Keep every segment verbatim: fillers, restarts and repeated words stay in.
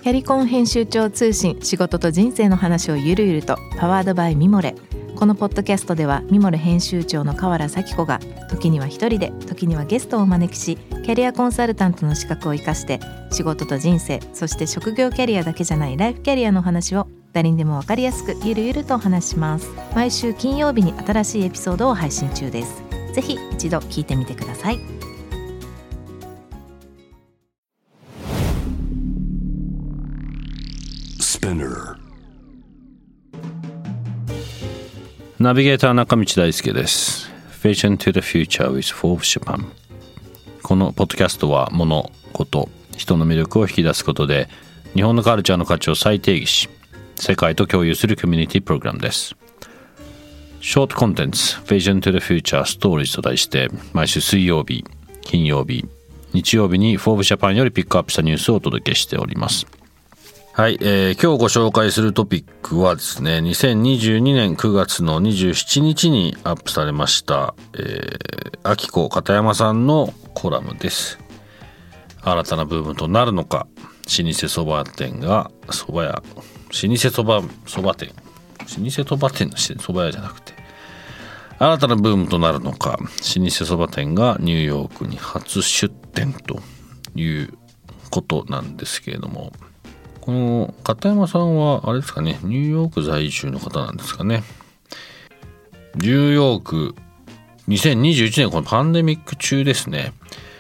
キャリコン編集長通信、仕事と人生の話をゆるゆると、パワードバイミモレ。このポッドキャストではミモレ編集長の河原咲子が時には一人で、時にはゲストをお招きし、キャリアコンサルタントの資格を生かして仕事と人生、そして職業キャリアだけじゃないライフキャリアの話を誰にでも分かりやすくゆるゆるとお話します。毎週金曜日に新しいエピソードを配信中です。ぜひ一度聞いてみてください。 ナビゲーター中道大輔です。 Vision to the Future with Forbes Japan。 このポッドキャストは物、こと、人の魅力を引き出すことで日本のカルチャーの価値を再定義し、世界と共有するコミュニティプログラムです。ショートコンテンツ Vision to the Future Stories と題して、毎週水曜日、金曜日、日曜日に Forbes Japan よりピックアップしたニュースをお届けしております。はい、えー、今日ご紹介するトピックはですね、にせんにじゅうにねんくがつのにじゅうしちにちにアップされました、えー、アキコ片山さんのコラムです。新たなブームとなるのか、老舗そば店がそば屋、老舗そばそば店、老舗そば店のそば屋じゃなくて、新たなブームとなるのか、老舗そば店がニューヨークに初出店ということなんですけれども、この片山さんはあれですかね、ニューヨーク在住の方なんですかね。ニューヨークにせんにじゅういちねん、このパンデミック中ですね。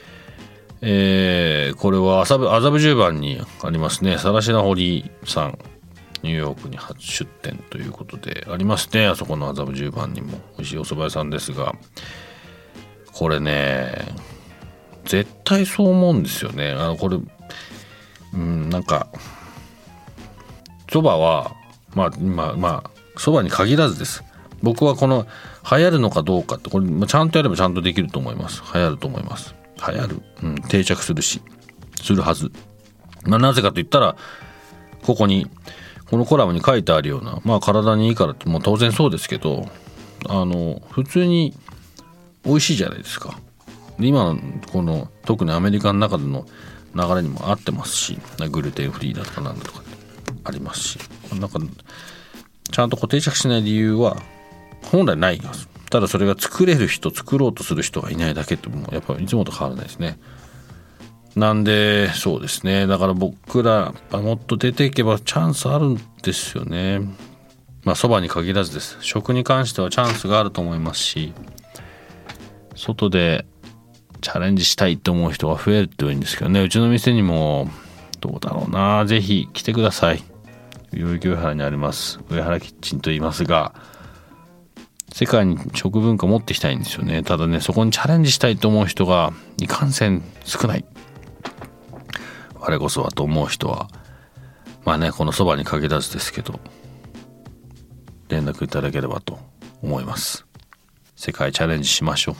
えー、これは麻布麻布十番にありますね、更科堀さん、ニューヨークに初出店ということでありますね。あそこの麻布十番にも美味しいお蕎麦屋さんですが、これね、絶対そう思うんですよね。あのこれ、うん、なんかそばはまあまあまあそばに限らずです。僕はこの流行るのかどうかって、これちゃんとやればちゃんとできると思います。流行ると思います。流行る、うん、定着するしするはず。まあ、なぜかと言ったら、ここにこのコラムに書いてあるような、まあ体にいいからってもう当然そうですけど、あの普通に美味しいじゃないですか。で今のこの特にアメリカの中での流れにも合ってますし、グルテンフリーだとかなんだとかありますし、なんかちゃんとこう定着しない理由は本来ないです。ただそれが作れる人、作ろうとする人がいないだけって、もうやっぱりいつもと変わらないですね。なんでそうですね、だから僕らもっと出ていけばチャンスあるんですよね。まあそばに限らずです。食に関してはチャンスがあると思いますし、外でチャレンジしたいと思う人が増えるといいんですけどね。うちの店にもどうだろうな、ぜひ来てください。代々木上原にあります上原キッチンと言いますが、世界に食文化を持っていきたいんですよね。ただね、そこにチャレンジしたいと思う人がいかんせん少ない。我こそはと思う人はまあね、このそばに限らずですけど連絡いただければと思います。世界チャレンジしましょう。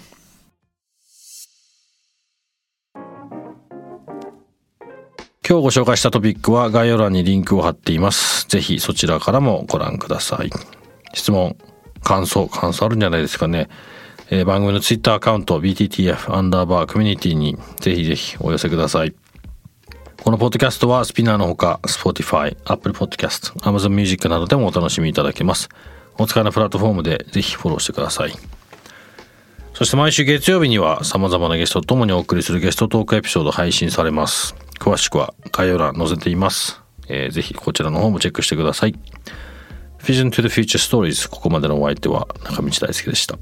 今日ご紹介したトピックは概要欄にリンクを貼っています。ぜひそちらからもご覧ください。質問、感想、感想あるんじゃないですかね。えー、番組のツイッターアカウント ビーティーティーエフ アンダーバーコミュニティにぜひぜひお寄せください。このポッドキャストはスピナーのほか Spotify、Apple Podcast、Amazon Music などでもお楽しみいただけます。お使いのプラットフォームでぜひフォローしてください。そして毎週月曜日には様々なゲストとともにお送りするゲストトークエピソード配信されます。詳しくは概要欄載せています。えー、ぜひこちらの方もチェックしてください。Vision to the Future Stories、 ここまでのお相手は中道大輔でした。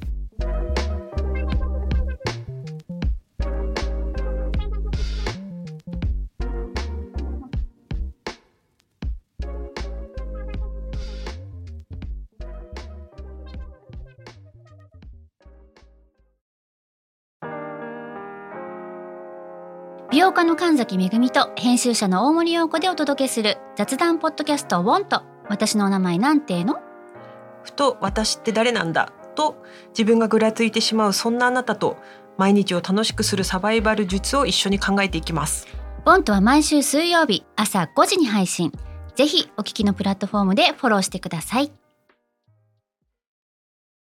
美容家の神崎めぐみと編集者の大森洋子でお届けする雑談ポッドキャストウォント。私のお名前なんての？ ふと私って誰なんだと自分がぐらついてしまう、そんなあなたと毎日を楽しくするサバイバル術を一緒に考えていきます。 ウォントは毎週水曜日朝ごじに配信。ぜひお聞きのプラットフォームでフォローしてください。